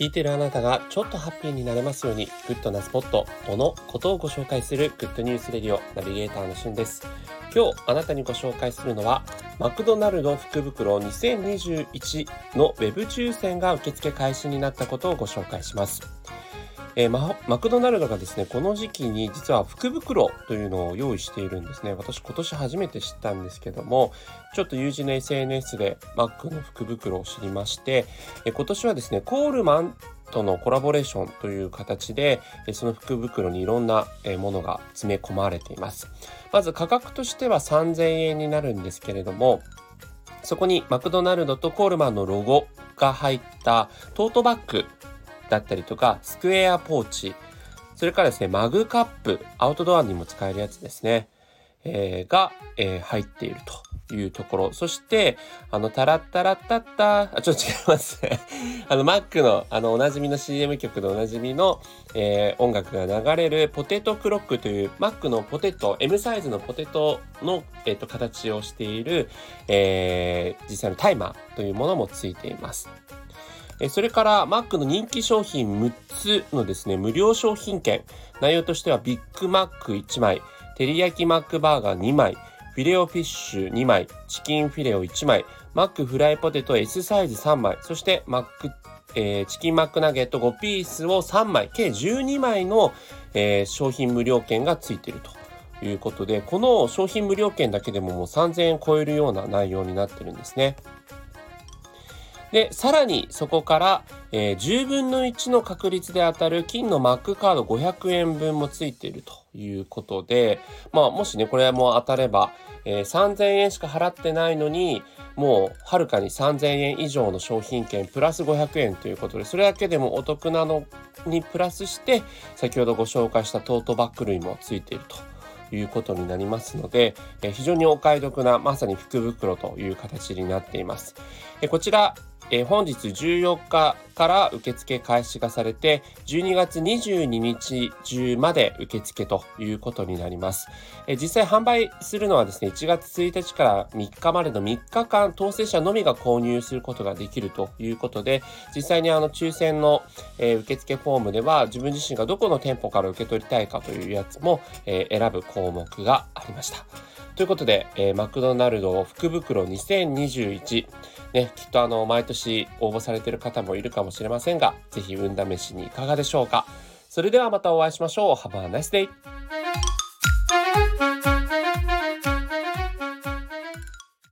聞いているあなたがちょっとハッピーになれますように、グッドなスポットのことをご紹介するグッドニュースレディオナビゲーターのしゅんです。今日あなたにご紹介するのは、マクドナルド福袋2021のウェブ抽選が受付開始になったことをご紹介します。マクドナルドがですね、この時期に実は福袋というのを用意しているんですね。私今年初めて知ったんですけども、ちょっと友人の SNS でマックの福袋を知りまして、今年はですね、コールマンとのコラボレーションという形で、その福袋にいろんなものが詰め込まれています。まず価格としては3000円になるんですけれども、そこにマクドナルドとコールマンのロゴが入ったトートバッグだったりとか、スクエアポーチ、それからですね、マグカップ、アウトドアにも使えるやつですね、が、入っているというところ。そして、タラッタラッタッタ、ちょっと違いますね。マックの、おなじみの CM 曲でおなじみの、音楽が流れるポテトクロックという、マックのポテト、M サイズのポテトの、形をしている、実際のタイマーというものもついています。それからマックの人気商品6つのですね、無料商品券。内容としてはビッグマック1枚、テリヤキマックバーガー2枚、フィレオフィッシュ2枚、チキンフィレオ1枚、マックフライポテト S サイズ3枚、そしてチキンマックナゲット5ピースを3枚、計12枚の、商品無料券がついているということで、この商品無料券だけでももう3000円超えるような内容になってるんですね。で、さらにそこから、10分の1の確率で当たる金のマックカード500円分もついているということで、もしね、これも当たれば、3000円しか払ってないのに、もうはるかに3000円以上の商品券プラス500円ということで、それだけでもお得なのにプラスして、先ほどご紹介したトートバッグ類もついているということになりますので、非常にお買い得なまさに福袋という形になっています。こちら本日14日から受付開始がされて、12月22日中まで受付ということになります。実際販売するのはですね、1月1日から3日までの3日間、当選者のみが購入することができるということで、実際に抽選の、受付フォームでは、自分自身がどこの店舗から受け取りたいかというやつも、選ぶ項目がありました。ということで、マクドナルド福袋2021、ね、きっと毎年応募されている方もいるかもしれませんが、ぜひ運試しにいかがでしょうか。それではまたお会いしましょう。Have a nice day!